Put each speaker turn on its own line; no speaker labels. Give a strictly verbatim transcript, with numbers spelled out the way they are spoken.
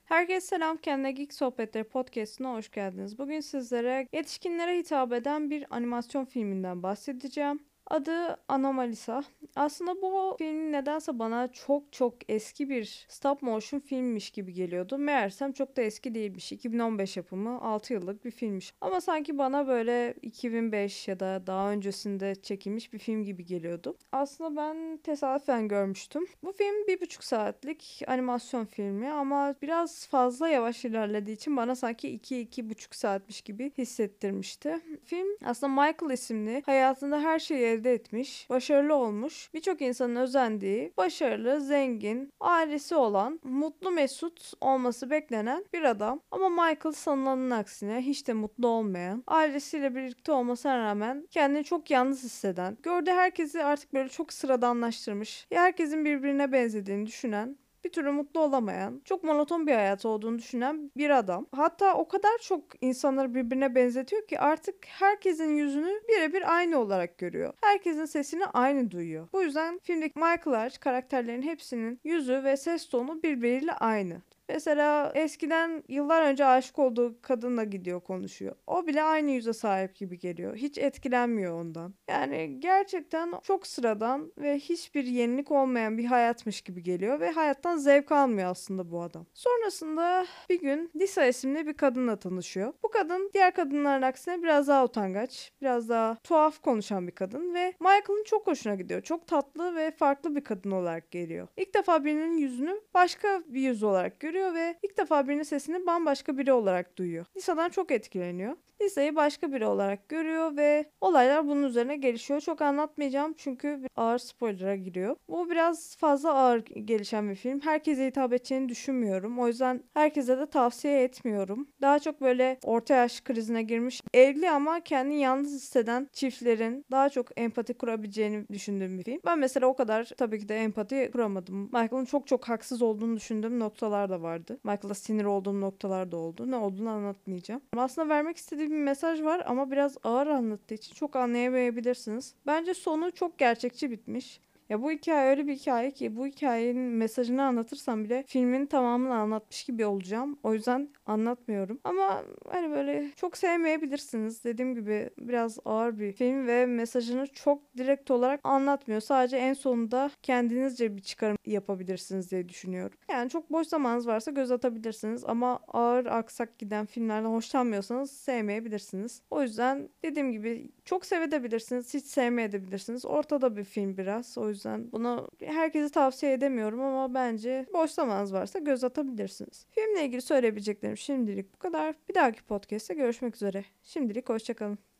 Herkese selam, Kendine Geek Sohbetleri podcastına hoş geldiniz. Bugün sizlere yetişkinlere hitap eden bir animasyon filminden bahsedeceğim. Adı Anomalisa. Aslında bu film nedense bana çok çok eski bir stop motion filmmiş gibi geliyordu. Meğersem çok da eski değilmiş. iki bin on beş yapımı, altı yıllık bir filmmiş. Ama sanki bana böyle iki bin beş ya da daha öncesinde çekilmiş bir film gibi geliyordu. Aslında ben tesadüfen görmüştüm. Bu film bir buçuk saatlik animasyon filmi ama biraz fazla yavaş ilerlediği için bana sanki iki iki buçuk saatmiş gibi hissettirmişti. Film aslında Michael isimli, hayatında her şeyi elde etmiş, başarılı olmuş, birçok insanın özendiği, başarılı, zengin, ailesi olan, mutlu mesut olması beklenen bir adam. Ama Michael sanılanın aksine hiç de mutlu olmayan, ailesiyle birlikte olmasına rağmen kendini çok yalnız hisseden, gördüğü herkesi artık böyle çok sıradanlaştırmış, herkesin birbirine benzediğini düşünen, bir türlü mutlu olamayan, çok monoton bir hayat olduğunu düşünen bir adam. Hatta o kadar çok insanları birbirine benzetiyor ki artık herkesin yüzünü birebir aynı olarak görüyor. Herkesin sesini aynı duyuyor. Bu yüzden filmdeki Michael hariç karakterlerin hepsinin yüzü ve ses tonu birbiriyle aynı. Mesela eskiden yıllar önce aşık olduğu kadınla gidiyor konuşuyor. O bile aynı yüze sahip gibi geliyor. Hiç etkilenmiyor ondan. Yani gerçekten çok sıradan ve hiçbir yenilik olmayan bir hayatmış gibi geliyor ve hayattan zevk almıyor aslında bu adam. Sonrasında bir gün Lisa isimli bir kadınla tanışıyor. Bu kadın diğer kadınların aksine biraz daha utangaç, biraz daha tuhaf konuşan bir kadın ve Michael'ın çok hoşuna gidiyor. Çok tatlı ve farklı bir kadın olarak geliyor. İlk defa birinin yüzünü başka bir yüz olarak görüyor ve ilk defa birinin sesini bambaşka biri olarak duyuyor. Lisa'dan çok etkileniyor. Lisa'yı başka biri olarak görüyor ve olaylar bunun üzerine gelişiyor. Çok anlatmayacağım çünkü ağır spoiler'a giriyor. Bu biraz fazla ağır gelişen bir film. Herkese hitap edeceğini düşünmüyorum. O yüzden herkese de tavsiye etmiyorum. Daha çok böyle orta yaş krizine girmiş, evli ama kendini yalnız hisseden çiftlerin daha çok empati kurabileceğini düşündüğüm bir film. Ben mesela o kadar tabii ki de empati kuramadım. Michael'ın çok çok haksız olduğunu düşündüğüm noktalar da vardı. Michael'a sinir olduğum noktalar da oldu. Ne olduğunu anlatmayacağım. Aslında vermek istediğim bir mesaj var ama biraz ağır anlattığı için çok anlayamayabilirsiniz. Bence sonu çok gerçekçi bitmiş. Ya bu hikaye öyle bir hikaye ki bu hikayenin mesajını anlatırsam bile filmin tamamını anlatmış gibi olacağım. O yüzden anlatmıyorum. Ama hani böyle çok sevmeyebilirsiniz. Dediğim gibi biraz ağır bir film ve mesajını çok direkt olarak anlatmıyor. Sadece en sonunda kendinizce bir çıkarım yapabilirsiniz diye düşünüyorum. Yani çok boş zamanınız varsa göz atabilirsiniz ama ağır aksak giden filmlerden hoşlanmıyorsanız sevmeyebilirsiniz. O yüzden dediğim gibi çok sevebilirsiniz, hiç sevmeyebilirsiniz. Ortada bir film biraz. O yüzden bunu herkese tavsiye edemiyorum ama bence boş zamanınız varsa göz atabilirsiniz. Filmle ilgili söyleyebileceklerim şimdilik bu kadar. Bir dahaki podcast'te görüşmek üzere. Şimdilik hoşçakalın.